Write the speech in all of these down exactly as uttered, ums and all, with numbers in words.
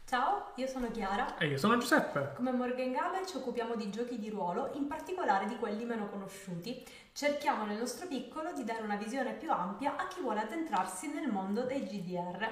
Ciao, io sono Chiara. E io sono Giuseppe. Come Morgan Gaber ci occupiamo di giochi di ruolo, in particolare di quelli meno conosciuti. Cerchiamo nel nostro piccolo di dare una visione più ampia a chi vuole addentrarsi nel mondo dei G D R.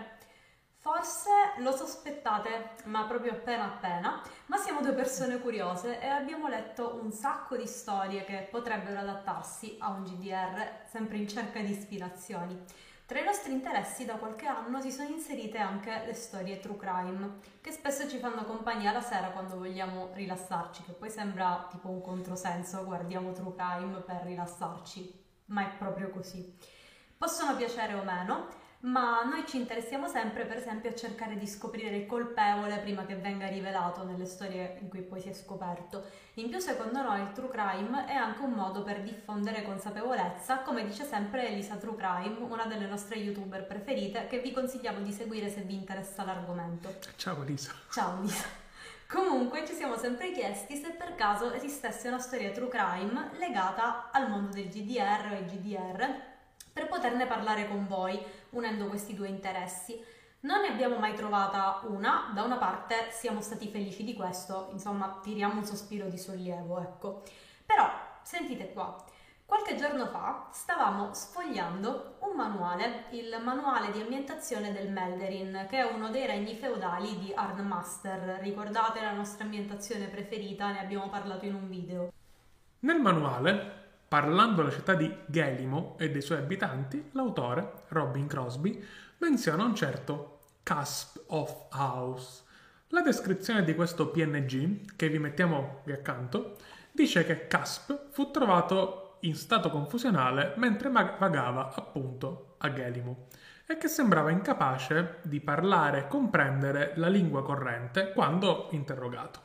Forse lo sospettate, ma proprio appena appena, ma siamo due persone curiose e abbiamo letto un sacco di storie che potrebbero adattarsi a un G D R, sempre in cerca di ispirazioni. Tra i nostri interessi da qualche anno si sono inserite anche le storie true crime, che spesso ci fanno compagnia la sera quando vogliamo rilassarci, che poi sembra tipo un controsenso, guardiamo true crime per rilassarci, ma è proprio così. Possono piacere o meno, ma noi ci interessiamo sempre, per esempio, a cercare di scoprire il colpevole prima che venga rivelato nelle storie in cui poi si è scoperto. In più, secondo noi, il true crime è anche un modo per diffondere consapevolezza, come dice sempre Elisa True Crime, una delle nostre youtuber preferite, che vi consigliamo di seguire se vi interessa l'argomento. Ciao Elisa. Ciao Elisa. Comunque ci siamo sempre chiesti se per caso esistesse una storia true crime legata al mondo del G D R o ai G D R, per poterne parlare con voi, unendo questi due interessi. Non ne abbiamo mai trovata una, da una parte siamo stati felici di questo, insomma tiriamo un sospiro di sollievo, ecco. Però, sentite qua, qualche giorno fa stavamo sfogliando un manuale, il manuale di ambientazione del Melderin, che è uno dei regni feudali di Arnmaster. Ricordate la nostra ambientazione preferita, ne abbiamo parlato in un video. Nel manuale, parlando della città di Gelimo e dei suoi abitanti, l'autore, Robin Crosby, menziona un certo Cusp of House. La descrizione di questo P N G, che vi mettiamo qui accanto, dice che Cusp fu trovato in stato confusionale mentre vagava appunto a Gelimo e che sembrava incapace di parlare e comprendere la lingua corrente quando interrogato.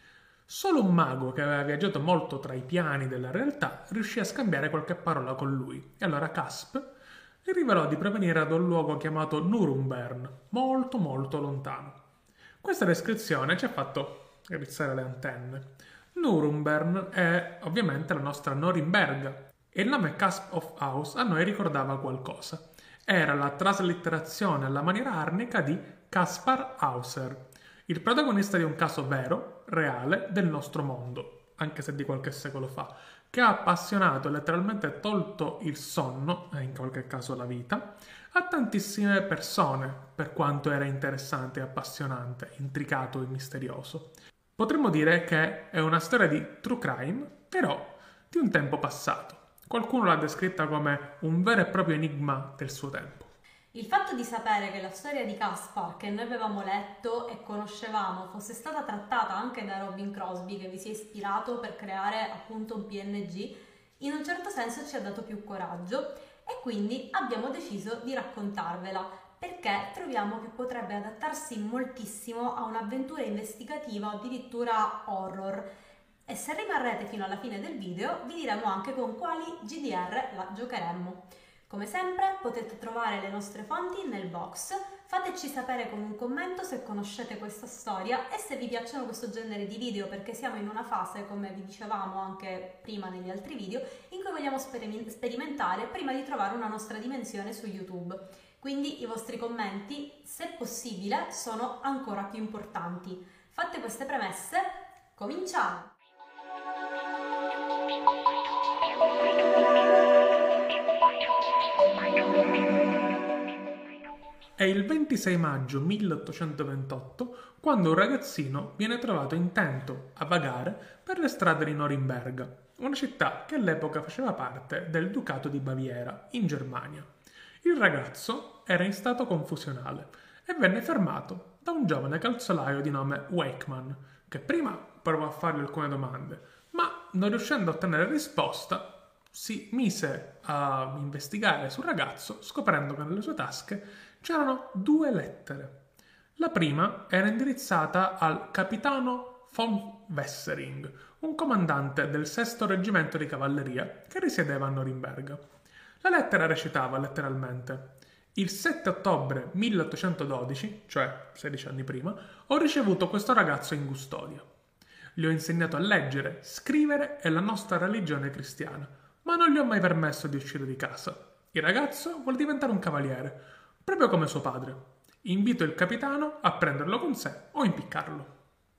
Solo un mago che aveva viaggiato molto tra i piani della realtà riuscì a scambiare qualche parola con lui, e allora Cusp gli rivelò di provenire da un luogo chiamato Nurunbern, molto molto lontano. Questa descrizione ci ha fatto rizzare le antenne. Nurunbern è ovviamente la nostra Norimberga, e il nome Cusp of House a noi ricordava qualcosa. Era la traslitterazione alla maniera arnica di Caspar Hauser, il protagonista di un caso vero, reale, del nostro mondo, anche se di qualche secolo fa, che ha appassionato e letteralmente tolto il sonno, e in qualche caso la vita, a tantissime persone, per quanto era interessante e appassionante, intricato e misterioso. Potremmo dire che è una storia di true crime, però di un tempo passato. Qualcuno l'ha descritta come un vero e proprio enigma del suo tempo. Il fatto di sapere che la storia di Caspar, che noi avevamo letto e conoscevamo, fosse stata trattata anche da Robin Crosby, che vi si è ispirato per creare appunto un P N G, in un certo senso ci ha dato più coraggio e quindi abbiamo deciso di raccontarvela, perché troviamo che potrebbe adattarsi moltissimo a un'avventura investigativa o addirittura horror. E se rimarrete fino alla fine del video vi diremo anche con quali G D R la giocheremmo. Come sempre potete trovare le nostre fonti nel box, fateci sapere con un commento se conoscete questa storia e se vi piacciono questo genere di video, perché siamo in una fase, come vi dicevamo anche prima negli altri video, in cui vogliamo sperimentare prima di trovare una nostra dimensione su YouTube. Quindi i vostri commenti, se possibile, sono ancora più importanti. Fatte queste premesse, cominciamo! È il ventisei maggio milleottocentoventotto quando un ragazzino viene trovato intento a vagare per le strade di Norimberga, una città che all'epoca faceva parte del Ducato di Baviera, in Germania. Il ragazzo era in stato confusionale e venne fermato da un giovane calzolaio di nome Wakeman, che prima provò a fargli alcune domande, ma non riuscendo a ottenere risposta, si mise a investigare sul ragazzo, scoprendo che nelle sue tasche c'erano due lettere. La prima era indirizzata al capitano von Wessering, un comandante del sesto reggimento di cavalleria che risiedeva a Norimberga. La lettera recitava letteralmente: il sette ottobre milleottocentododici, cioè sedici anni prima, ho ricevuto questo ragazzo in custodia. Gli ho insegnato a leggere, scrivere e la nostra religione cristiana, ma non gli ho mai permesso di uscire di casa. Il ragazzo vuole diventare un cavaliere, proprio come suo padre. Invito il capitano a prenderlo con sé o impiccarlo.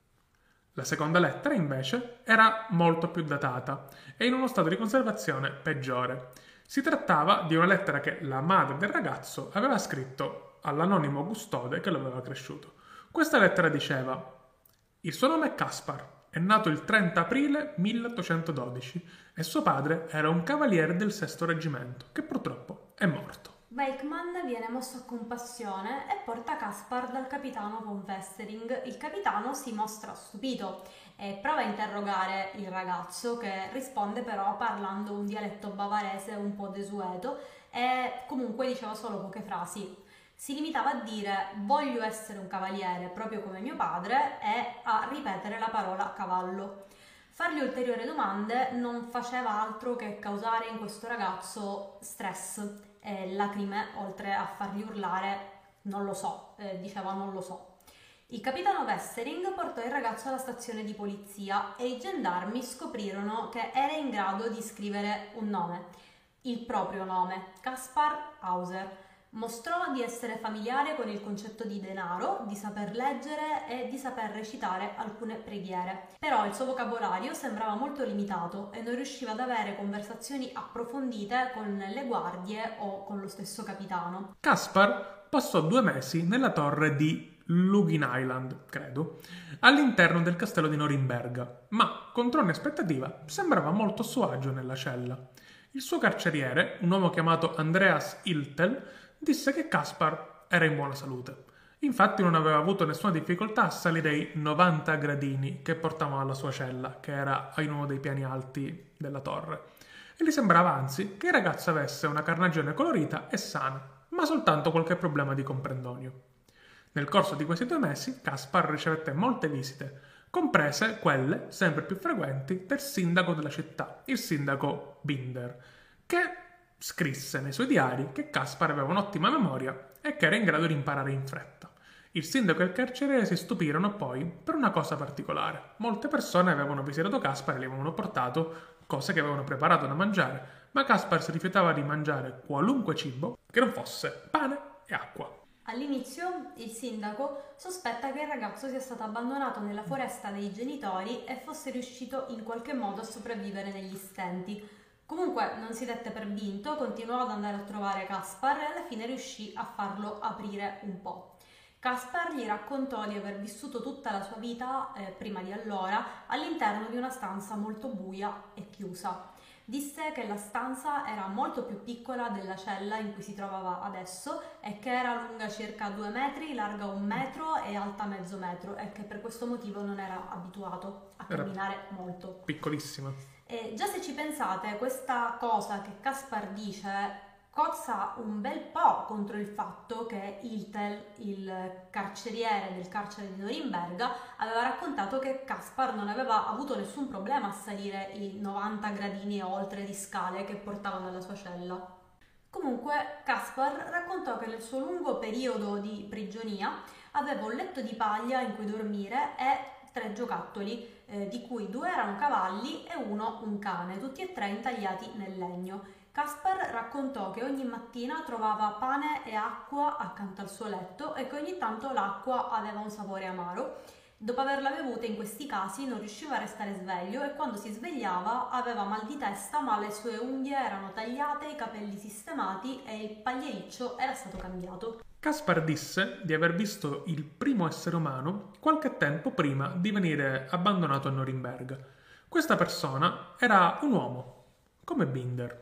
La seconda lettera, invece, era molto più datata e in uno stato di conservazione peggiore. Si trattava di una lettera che la madre del ragazzo aveva scritto all'anonimo custode che lo aveva cresciuto. Questa lettera diceva: il suo nome è Caspar, è nato il trenta aprile milleottocentododici e suo padre era un cavaliere del sesto reggimento, che purtroppo è morto. Wakeman viene mosso a compassione e porta Caspar dal capitano von Westering. Il capitano si mostra stupito e prova a interrogare il ragazzo, che risponde però parlando un dialetto bavarese un po' desueto e comunque diceva solo poche frasi. Si limitava a dire voglio essere un cavaliere proprio come mio padre e a ripetere la parola cavallo. Fargli ulteriori domande non faceva altro che causare in questo ragazzo stress e lacrime, oltre a fargli urlare non lo so, eh, diceva non lo so. Il capitano Westering portò il ragazzo alla stazione di polizia e i gendarmi scoprirono che era in grado di scrivere un nome, il proprio nome, Caspar Hauser. Mostrò di essere familiare con il concetto di denaro, di saper leggere e di saper recitare alcune preghiere. Però il suo vocabolario sembrava molto limitato e non riusciva ad avere conversazioni approfondite con le guardie o con lo stesso capitano. Caspar passò due mesi nella torre di Lugin Island, credo, all'interno del castello di Norimberga, ma contro ogni aspettativa sembrava molto a suo agio nella cella. Il suo carceriere, un uomo chiamato Andreas Hiltel, disse che Caspar era in buona salute. Infatti non aveva avuto nessuna difficoltà a salire i novanta gradini che portavano alla sua cella, che era in uno dei piani alti della torre. E gli sembrava anzi che il ragazzo avesse una carnagione colorita e sana, ma soltanto qualche problema di comprendonio. Nel corso di questi due mesi Caspar ricevette molte visite, comprese quelle, sempre più frequenti, del sindaco della città, il sindaco Binder, che scrisse nei suoi diari che Caspar aveva un'ottima memoria e che era in grado di imparare in fretta. Il sindaco e il carceriere si stupirono poi per una cosa particolare. Molte persone avevano visitato Caspar e gli avevano portato cose che avevano preparato da mangiare, ma Caspar si rifiutava di mangiare qualunque cibo che non fosse pane e acqua. All'inizio il sindaco sospetta che il ragazzo sia stato abbandonato nella foresta dai genitori e fosse riuscito in qualche modo a sopravvivere negli stenti. Comunque non si dette per vinto, continuò ad andare a trovare Caspar e alla fine riuscì a farlo aprire un po'. Caspar gli raccontò di aver vissuto tutta la sua vita, eh, prima di allora, all'interno di una stanza molto buia e chiusa. Disse che la stanza era molto più piccola della cella in cui si trovava adesso e che era lunga circa due metri, larga un metro e alta mezzo metro e che per questo motivo non era abituato a camminare era molto. Piccolissima. E già se ci pensate, questa cosa che Caspar dice cozza un bel po' contro il fatto che Hiltel, il carceriere del carcere di Norimberga, aveva raccontato che Caspar non aveva avuto nessun problema a salire i novanta gradini e oltre di scale che portavano alla sua cella. Comunque Caspar raccontò che nel suo lungo periodo di prigionia aveva un letto di paglia in cui dormire e tre giocattoli, eh, di cui due erano cavalli e uno un cane, tutti e tre intagliati nel legno. Caspar raccontò che ogni mattina trovava pane e acqua accanto al suo letto e che ogni tanto l'acqua aveva un sapore amaro. Dopo averla bevuta in questi casi non riusciva a restare sveglio e quando si svegliava aveva mal di testa, ma le sue unghie erano tagliate, i capelli sistemati e il pagliericcio era stato cambiato. Caspar disse di aver visto il primo essere umano qualche tempo prima di venire abbandonato a Norimberga. Questa persona era un uomo, come Binder,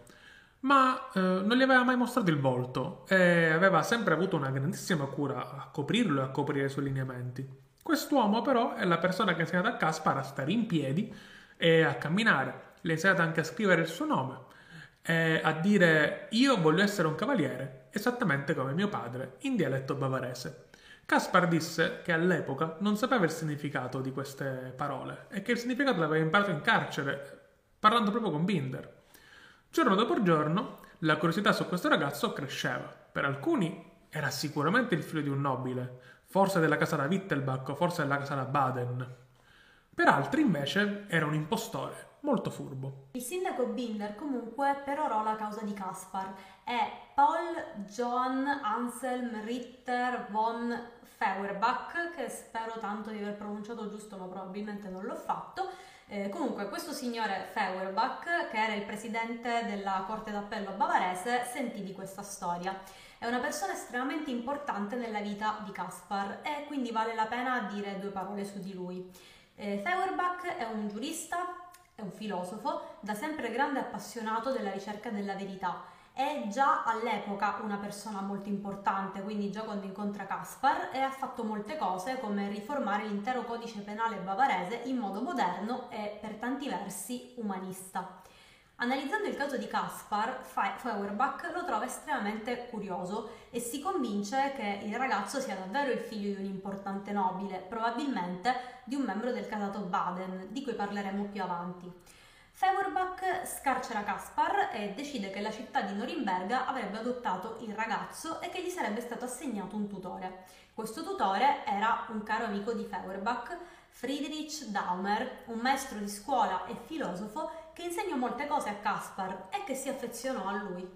ma eh, non gli aveva mai mostrato il volto e aveva sempre avuto una grandissima cura a coprirlo e a coprire i suoi lineamenti. Quest'uomo però è la persona che ha insegnato a Caspar a stare in piedi e a camminare. Le ha insegnato anche a scrivere il suo nome e a dire io voglio essere un cavaliere, esattamente come mio padre, in dialetto bavarese. Caspar disse che all'epoca non sapeva il significato di queste parole e che il significato l'aveva imparato in carcere, parlando proprio con Binder. Giorno dopo giorno la curiosità su questo ragazzo cresceva. Per alcuni era sicuramente il figlio di un nobile, forse della casa da Wittelbach o forse della casa da Baden. Per altri invece era un impostore molto furbo. Il sindaco Binder comunque perorò la causa di Caspar e Paul Johann Anselm Ritter von Feuerbach, che spero tanto di aver pronunciato giusto ma probabilmente non l'ho fatto. Eh, comunque questo signore Feuerbach, che era il presidente della Corte d'Appello bavarese, sentì di questa storia. È una persona estremamente importante nella vita di Caspar e quindi vale la pena dire due parole su di lui. Eh, Feuerbach è un giurista, è un filosofo, da sempre grande appassionato della ricerca della verità. È già all'epoca una persona molto importante, quindi già quando incontra Caspar, e ha fatto molte cose come riformare l'intero codice penale bavarese in modo moderno e per tanti versi umanista. Analizzando il caso di Caspar, Feuerbach lo trova estremamente curioso e si convince che il ragazzo sia davvero il figlio di un importante nobile, probabilmente di un membro del casato Baden, di cui parleremo più avanti. Feuerbach scarcera Caspar e decide che la città di Norimberga avrebbe adottato il ragazzo e che gli sarebbe stato assegnato un tutore. Questo tutore era un caro amico di Feuerbach, Friedrich Daumer, un maestro di scuola e filosofo che insegnò molte cose a Caspar e che si affezionò a lui.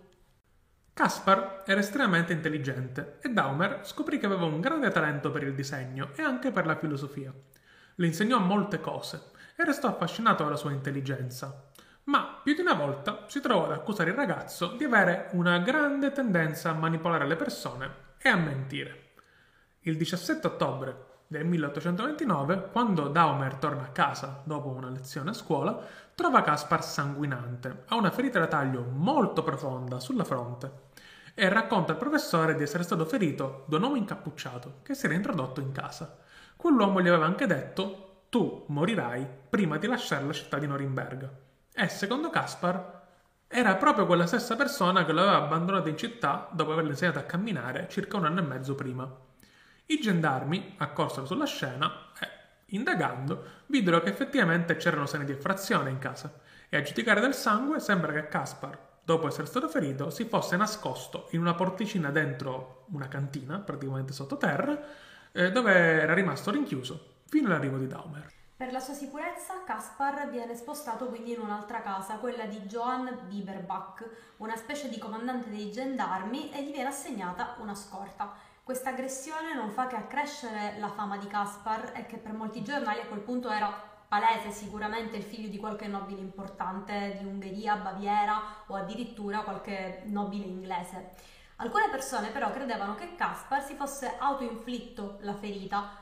Caspar era estremamente intelligente e Daumer scoprì che aveva un grande talento per il disegno e anche per la filosofia. Le insegnò molte cose e restò affascinato dalla sua intelligenza, ma più di una volta si trovò ad accusare il ragazzo di avere una grande tendenza a manipolare le persone e a mentire. Il diciassette ottobre del milleottocentoventinove, quando Daumer torna a casa dopo una lezione a scuola, trova Caspar sanguinante, ha una ferita da taglio molto profonda sulla fronte e racconta al professore di essere stato ferito da un uomo incappucciato che si era introdotto in casa. Quell'uomo gli aveva anche detto: tu morirai prima di lasciare la città di Norimberga. E secondo Caspar era proprio quella stessa persona che lo aveva abbandonato in città dopo averle insegnato a camminare circa un anno e mezzo prima. I gendarmi accorsero sulla scena e, indagando, videro che effettivamente c'erano segni di effrazione in casa e a giudicare dal sangue sembra che Caspar, dopo essere stato ferito, si fosse nascosto in una porticina dentro una cantina, praticamente sottoterra, eh, dove era rimasto rinchiuso fino all'arrivo di Daumer. Per la sua sicurezza, Caspar viene spostato quindi in un'altra casa, quella di Johann Bieberbach, una specie di comandante dei gendarmi, e gli viene assegnata una scorta. Questa aggressione non fa che accrescere la fama di Caspar e che per molti giornali a quel punto era palese sicuramente il figlio di qualche nobile importante di Ungheria, Baviera o addirittura qualche nobile inglese. Alcune persone però credevano che Caspar si fosse autoinflitto la ferita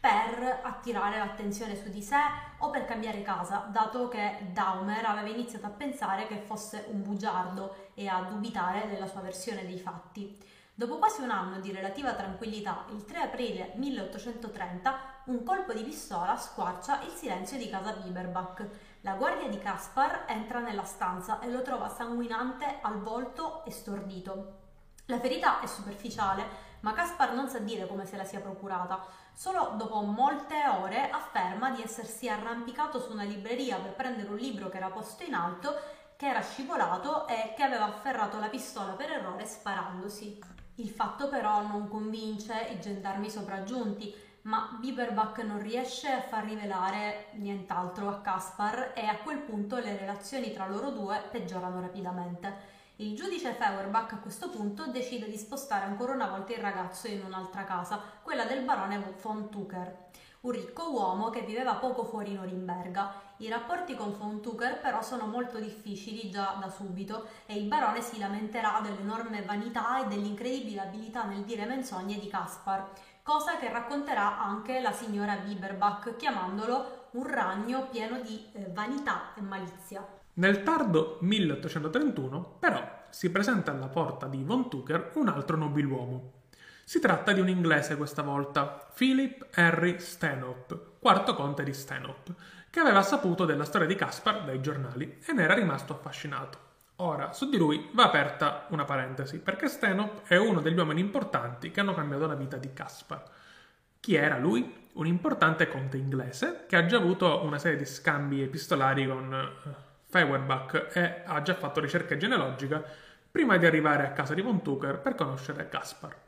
per attirare l'attenzione su di sé o per cambiare casa, dato che Daumer aveva iniziato a pensare che fosse un bugiardo e a dubitare della sua versione dei fatti. Dopo quasi un anno di relativa tranquillità, il tre aprile milleottocentotrenta, un colpo di pistola squarcia il silenzio di casa Bieberbach. La guardia di Caspar entra nella stanza e lo trova sanguinante al volto e stordito. La ferita è superficiale, ma Caspar non sa dire come se la sia procurata. Solo dopo molte ore afferma di essersi arrampicato su una libreria per prendere un libro che era posto in alto, che era scivolato e che aveva afferrato la pistola per errore sparandosi. Il fatto però non convince i gendarmi sopraggiunti, ma Bieberbach non riesce a far rivelare nient'altro a Caspar e a quel punto le relazioni tra loro due peggiorano rapidamente. Il giudice Feuerbach a questo punto decide di spostare ancora una volta il ragazzo in un'altra casa, quella del barone von Tucher, un ricco uomo che viveva poco fuori Norimberga. I rapporti con von Tucher però sono molto difficili già da subito e il barone si lamenterà dell'enorme vanità e dell'incredibile abilità nel dire menzogne di Caspar, cosa che racconterà anche la signora Bieberbach chiamandolo un ragno pieno di eh, vanità e malizia. Nel tardo milleottocentotrentuno, però, si presenta alla porta di von Tucher un altro nobiluomo. Si tratta di un inglese questa volta, Philip Henry Stanhope, quarto conte di Stanhope, che aveva saputo della storia di Caspar dai giornali e ne era rimasto affascinato. Ora, su di lui va aperta una parentesi, perché Stanhope è uno degli uomini importanti che hanno cambiato la vita di Caspar. Chi era lui? Un importante conte inglese che ha già avuto una serie di scambi epistolari con Feuerbach e ha già fatto ricerca genealogica prima di arrivare a casa di von Tucher per conoscere Caspar.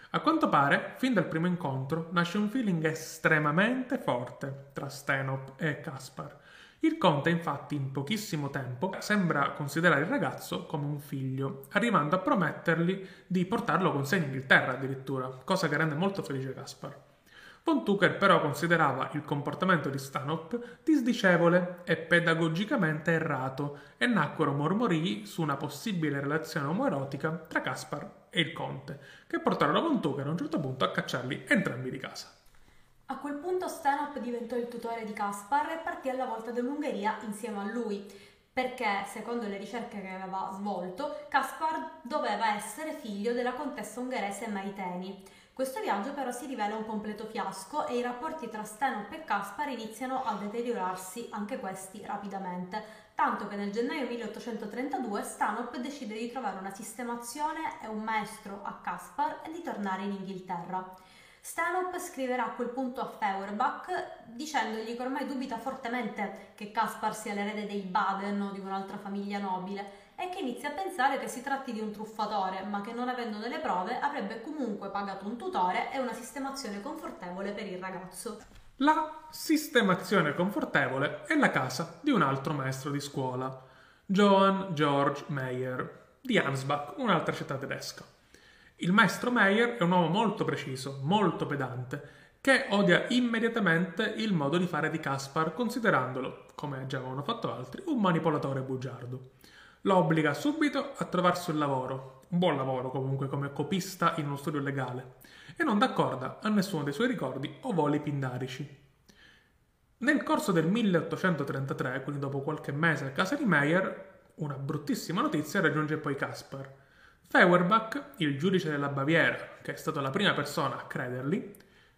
A quanto pare, fin dal primo incontro, nasce un feeling estremamente forte tra Stanhope e Caspar. Il conte, infatti, in pochissimo tempo sembra considerare il ragazzo come un figlio, arrivando a promettergli di portarlo con sé in Inghilterra addirittura, cosa che rende molto felice Caspar. Von Tucker però considerava il comportamento di Stanhope disdicevole e pedagogicamente errato e nacquero mormorii su una possibile relazione omoerotica tra Caspar e il conte, che portarono Von Tucker a un certo punto a cacciarli entrambi di casa. A quel punto Stanhope diventò il tutore di Caspar e partì alla volta dell'Ungheria insieme a lui, perché, secondo le ricerche che aveva svolto, Caspar doveva essere figlio della contessa ungherese Maiteni. Questo viaggio però si rivela un completo fiasco e i rapporti tra Stanhope e Caspar iniziano a deteriorarsi anche questi rapidamente, tanto che nel gennaio milleottocentotrentadue Stanhope decide di trovare una sistemazione e un maestro a Caspar e di tornare in Inghilterra. Stanhope scriverà a quel punto a Feuerbach dicendogli che ormai dubita fortemente che Caspar sia l'erede dei Baden o di un'altra famiglia nobile e che inizia a pensare che si tratti di un truffatore, ma che non avendo delle prove avrebbe comunque pagato un tutore e una sistemazione confortevole per il ragazzo. La sistemazione confortevole è la casa di un altro maestro di scuola, Johann Georg Meyer, di Ansbach, un'altra città tedesca. Il maestro Meyer è un uomo molto preciso, molto pedante, che odia immediatamente il modo di fare di Caspar, considerandolo, come già avevano fatto altri, un manipolatore bugiardo. Lo obbliga subito a trovarsi un lavoro, un buon lavoro comunque, come copista in uno studio legale, e non dà corda a nessuno dei suoi ricordi o voli pindarici. Nel corso del milleottocentotrentatré, quindi dopo qualche mese a casa di Meyer, una bruttissima notizia raggiunge poi Caspar. Feuerbach, il giudice della Baviera, che è stata la prima persona a crederli,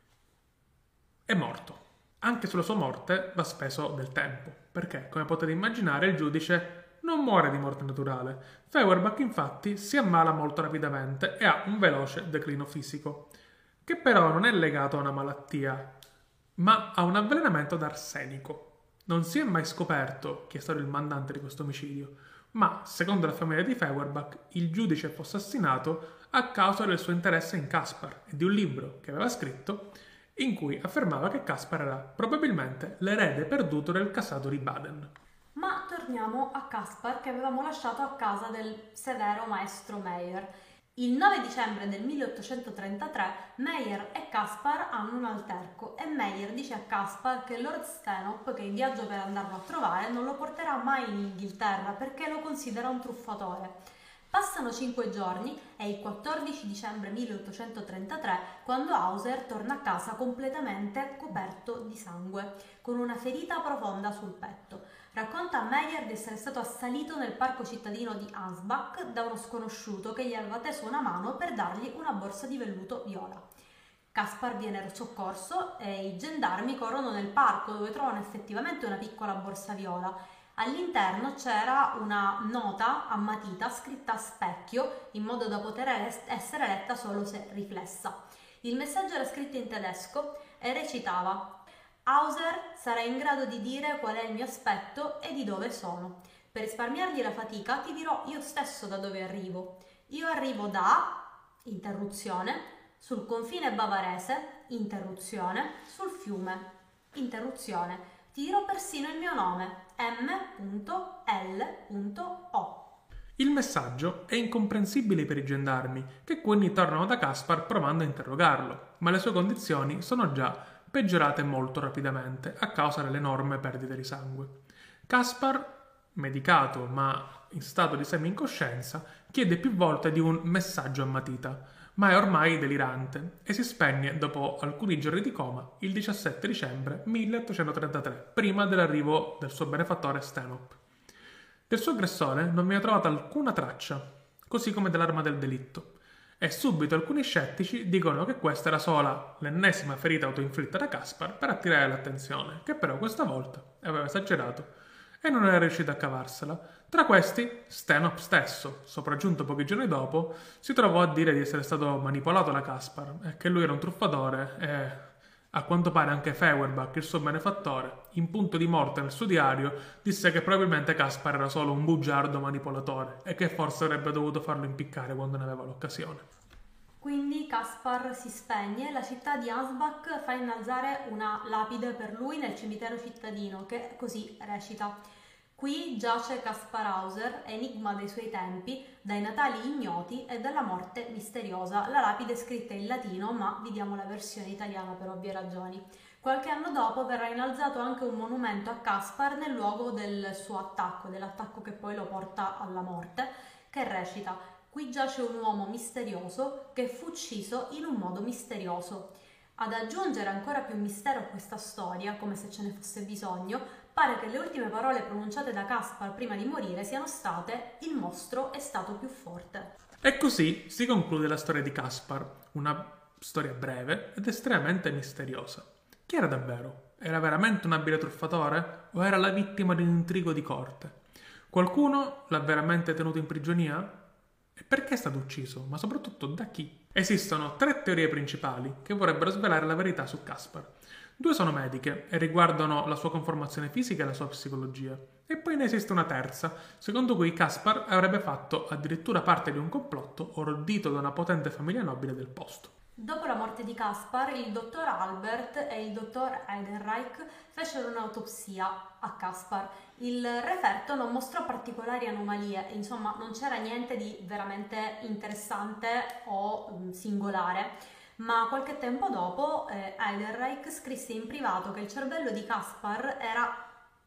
è morto. Anche sulla sua morte va speso del tempo, perché, come potete immaginare, il giudice non muore di morte naturale. Feuerbach, infatti, si ammala molto rapidamente e ha un veloce declino fisico, che però non è legato a una malattia, ma a un avvelenamento d'arsenico. Non si è mai scoperto chi è stato il mandante di questo omicidio, ma, secondo la famiglia di Feuerbach, il giudice fu assassinato a causa del suo interesse in Caspar e di un libro che aveva scritto in cui affermava che Caspar era probabilmente l'erede perduto del casato di Baden. Ma torniamo a Caspar che avevamo lasciato a casa del severo maestro Meyer. Il nove dicembre del milleottocentotrentatré Meyer e Caspar hanno un alterco e Meyer dice a Caspar che Lord Stanhope, che è in viaggio per andarlo a trovare, non lo porterà mai in Inghilterra perché lo considera un truffatore. Passano cinque giorni e il quattordici dicembre milleottocentotrentatré quando Hauser torna a casa completamente coperto di sangue, con una ferita profonda sul petto. Racconta a Meyer di essere stato assalito nel parco cittadino di Ansbach da uno sconosciuto che gli aveva teso una mano per dargli una borsa di velluto viola. Caspar viene soccorso e i gendarmi corrono nel parco dove trovano effettivamente una piccola borsa viola. All'interno c'era una nota a matita scritta a specchio in modo da poter essere letta solo se riflessa. Il messaggio era scritto in tedesco e recitava: Hauser sarà in grado di dire qual è il mio aspetto e di dove sono. Per risparmiargli la fatica ti dirò io stesso da dove arrivo. Io arrivo da, interruzione, sul confine bavarese, interruzione, sul fiume, interruzione. Ti dirò persino il mio nome, M L O. Il messaggio è incomprensibile per i gendarmi, che quindi tornano da Caspar provando a interrogarlo, ma le sue condizioni sono già peggiorate molto rapidamente a causa dell'enorme perdita di sangue. Caspar, medicato ma in stato di semi-incoscienza, chiede più volte di un messaggio a matita, ma è ormai delirante e si spegne dopo alcuni giorni di coma il diciassette dicembre milleottocentotrentatré, prima dell'arrivo del suo benefattore Stanhope. Del suo aggressore non viene trovata alcuna traccia, così come dell'arma del delitto, e subito alcuni scettici dicono che questa era sola l'ennesima ferita autoinflitta da Caspar per attirare l'attenzione, che però questa volta aveva esagerato e non era riuscito a cavarsela. Tra questi, Stanhope stesso, sopraggiunto pochi giorni dopo, si trovò a dire di essere stato manipolato da Caspar e che lui era un truffatore e, a quanto pare, anche Feuerbach, il suo benefattore, in punto di morte nel suo diario, disse che probabilmente Caspar era solo un bugiardo manipolatore e che forse avrebbe dovuto farlo impiccare quando ne aveva l'occasione. Quindi Caspar si spegne e la città di Ansbach fa innalzare una lapide per lui nel cimitero cittadino che così recita: qui giace Caspar Hauser, enigma dei suoi tempi, dai natali ignoti e dalla morte misteriosa. La lapide è scritta in latino, ma vi diamo la versione italiana per ovvie ragioni. Qualche anno dopo verrà innalzato anche un monumento a Caspar nel luogo del suo attacco, dell'attacco che poi lo porta alla morte, che recita: qui giace un uomo misterioso che fu ucciso in un modo misterioso. Ad aggiungere ancora più mistero a questa storia, come se ce ne fosse bisogno, pare che le ultime parole pronunciate da Caspar prima di morire siano state: il mostro è stato più forte. E così si conclude la storia di Caspar, una storia breve ed estremamente misteriosa. Chi era davvero? Era veramente un abile truffatore? O era la vittima di un intrigo di corte? Qualcuno l'ha veramente tenuto in prigionia? E perché è stato ucciso? Ma soprattutto da chi? Esistono tre teorie principali che vorrebbero svelare la verità su Caspar. Due sono mediche e riguardano la sua conformazione fisica e la sua psicologia. E poi ne esiste una terza, secondo cui Caspar avrebbe fatto addirittura parte di un complotto ordito da una potente famiglia nobile del posto. Dopo la morte di Caspar, il dottor Albert e il dottor Heidenreich fecero un'autopsia a Caspar. Il referto non mostrò particolari anomalie, insomma non c'era niente di veramente interessante o um, singolare, ma qualche tempo dopo eh, Heidenreich scrisse in privato che il cervello di Caspar era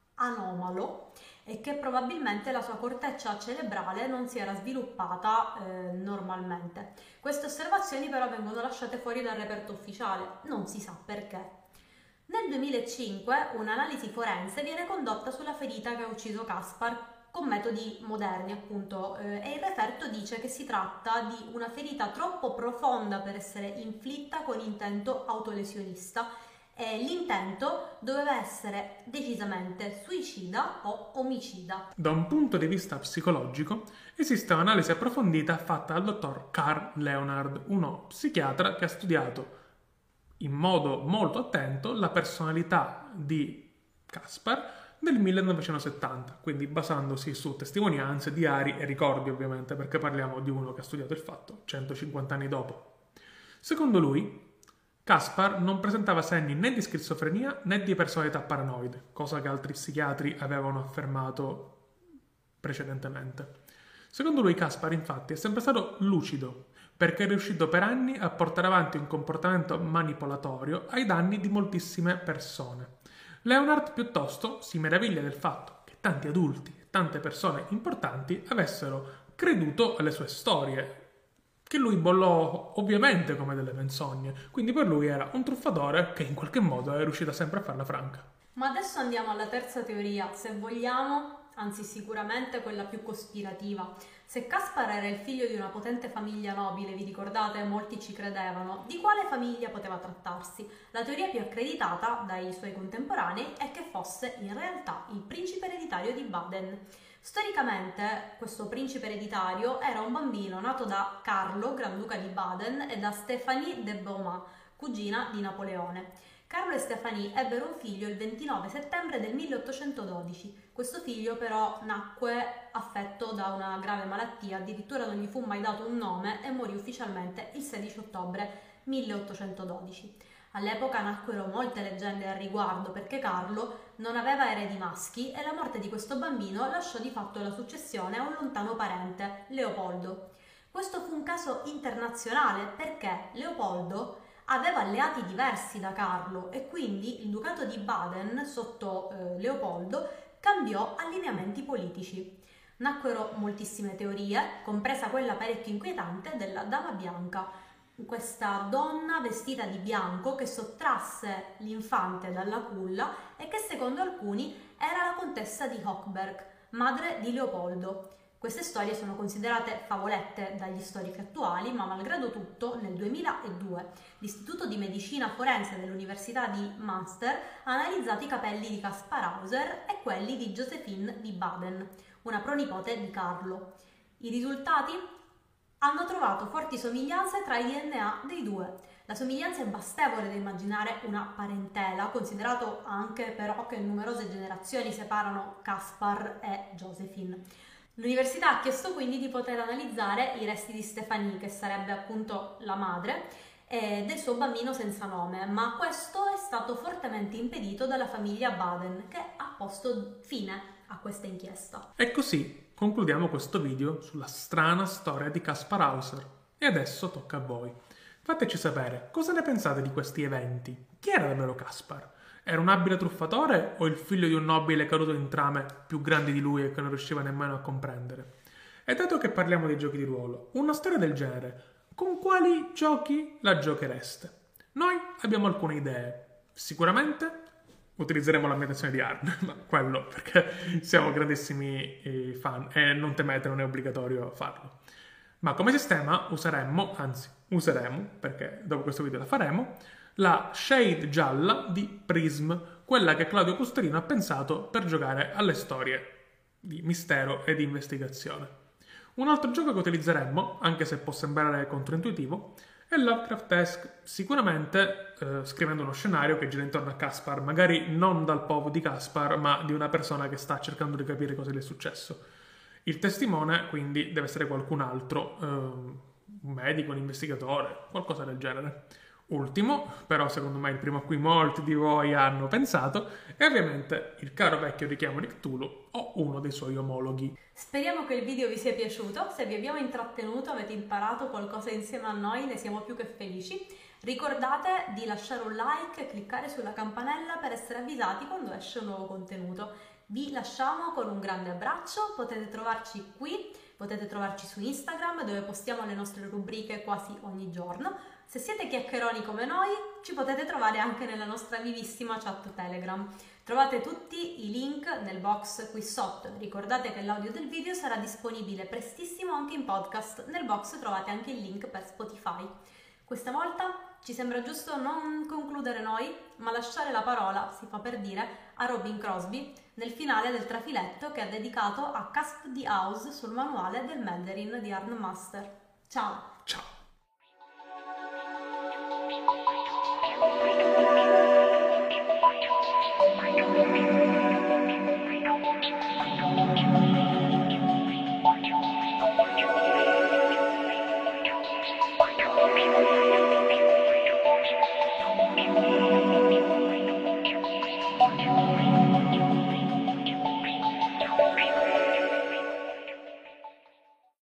anomalo e che probabilmente la sua corteccia cerebrale non si era sviluppata eh, normalmente. Queste osservazioni però vengono lasciate fuori dal reperto ufficiale, non si sa perché. Nel duemilacinque un'analisi forense viene condotta sulla ferita che ha ucciso Caspar con metodi moderni, appunto, eh, e il referto dice che si tratta di una ferita troppo profonda per essere inflitta con intento autolesionista e l'intento doveva essere decisamente suicida o omicida. Da un punto di vista psicologico, esiste un'analisi approfondita fatta dal dottor Carl Leonard, uno psichiatra che ha studiato in modo molto attento la personalità di Caspar nel millenovecentosettanta, quindi basandosi su testimonianze, diari e ricordi, ovviamente, perché parliamo di uno che ha studiato il fatto centocinquanta anni dopo. Secondo lui, Caspar non presentava segni né di schizofrenia né di personalità paranoide, cosa che altri psichiatri avevano affermato precedentemente. Secondo lui Caspar, infatti, è sempre stato lucido, perché è riuscito per anni a portare avanti un comportamento manipolatorio ai danni di moltissime persone. Leonard, piuttosto, si meraviglia del fatto che tanti adulti e tante persone importanti avessero creduto alle sue storie, che lui bollò ovviamente come delle menzogne, quindi per lui era un truffatore che in qualche modo è riuscito sempre a farla franca. Ma adesso andiamo alla terza teoria, se vogliamo, anzi sicuramente quella più cospirativa. Se Caspar era il figlio di una potente famiglia nobile, vi ricordate? Molti ci credevano. Di quale famiglia poteva trattarsi? La teoria più accreditata dai suoi contemporanei è che fosse in realtà il principe ereditario di Baden. Storicamente questo principe ereditario era un bambino nato da Carlo, Granduca di Baden, e da Stéphanie de Beaumont, cugina di Napoleone. Carlo e Stéphanie ebbero un figlio il ventinove settembre del milleottocentododici. Questo figlio però nacque affetto da una grave malattia, addirittura non gli fu mai dato un nome e morì ufficialmente il sedici ottobre milleottocentododici. All'epoca nacquero molte leggende al riguardo perché Carlo non aveva eredi maschi e la morte di questo bambino lasciò di fatto la successione a un lontano parente, Leopoldo. Questo fu un caso internazionale perché Leopoldo aveva alleati diversi da Carlo e quindi il ducato di Baden sotto eh, Leopoldo cambiò allineamenti politici. Nacquero moltissime teorie, compresa quella parecchio inquietante della Dama Bianca, questa donna vestita di bianco che sottrasse l'infante dalla culla e che secondo alcuni era la contessa di Hochberg, madre di Leopoldo. Queste storie sono considerate favolette dagli storici attuali, ma malgrado tutto nel duemiladue l'Istituto di Medicina Forense dell'Università di Münster ha analizzato i capelli di Caspar Hauser e quelli di Josephine di Baden, una pronipote di Carlo. I risultati hanno trovato forti somiglianze tra i D N A dei due. La somiglianza è bastevole da immaginare una parentela, considerato anche però che numerose generazioni separano Caspar e Josephine. L'università ha chiesto quindi di poter analizzare i resti di Stephanie, che sarebbe appunto la madre, e del suo bambino senza nome, ma questo è stato fortemente impedito dalla famiglia Baden, che ha posto fine a questa inchiesta. E così concludiamo questo video sulla strana storia di Kaspar Hauser. E adesso tocca a voi. Fateci sapere cosa ne pensate di questi eventi. Chi era davvero Kaspar? Era un abile truffatore o il figlio di un nobile caduto in trame più grandi di lui e che non riusciva nemmeno a comprendere? E dato che parliamo di giochi di ruolo, una storia del genere, con quali giochi la giochereste? Noi abbiamo alcune idee. Sicuramente utilizzeremo l'ambientazione di Arn, ma quello perché siamo grandissimi eh, fan e non temete, non è obbligatorio farlo. Ma come sistema useremmo, anzi useremo, perché dopo questo video la faremo, la shade gialla di Prism, quella che Claudio Custerino ha pensato per giocare alle storie di mistero e di investigazione. Un altro gioco che utilizzeremmo, anche se può sembrare controintuitivo, è Lovecraftesque, sicuramente eh, scrivendo uno scenario che gira intorno a Kaspar, magari non dal P O V di Kaspar, ma di una persona che sta cercando di capire cosa gli è successo. Il testimone, quindi, deve essere qualcun altro, eh, un medico, un investigatore, qualcosa del genere. Ultimo, però secondo me il primo a cui molti di voi hanno pensato, è ovviamente il caro vecchio richiamo di Cthulhu o uno dei suoi omologhi. Speriamo che il video vi sia piaciuto, se vi abbiamo intrattenuto, avete imparato qualcosa insieme a noi, ne siamo più che felici. Ricordate di lasciare un like e cliccare sulla campanella per essere avvisati quando esce un nuovo contenuto. Vi lasciamo con un grande abbraccio, potete trovarci qui, potete trovarci su Instagram dove postiamo le nostre rubriche quasi ogni giorno. Se siete chiacchieroni come noi, ci potete trovare anche nella nostra vivissima chat Telegram. Trovate tutti i link nel box qui sotto. Ricordate che l'audio del video sarà disponibile prestissimo anche in podcast. Nel box trovate anche il link per Spotify. Questa volta ci sembra giusto non concludere noi, ma lasciare la parola, si fa per dire, a Robin Crosby nel finale del trafiletto che è dedicato a Cusp the House sul manuale del Mandarin di Arn Master. Ciao! Ciao!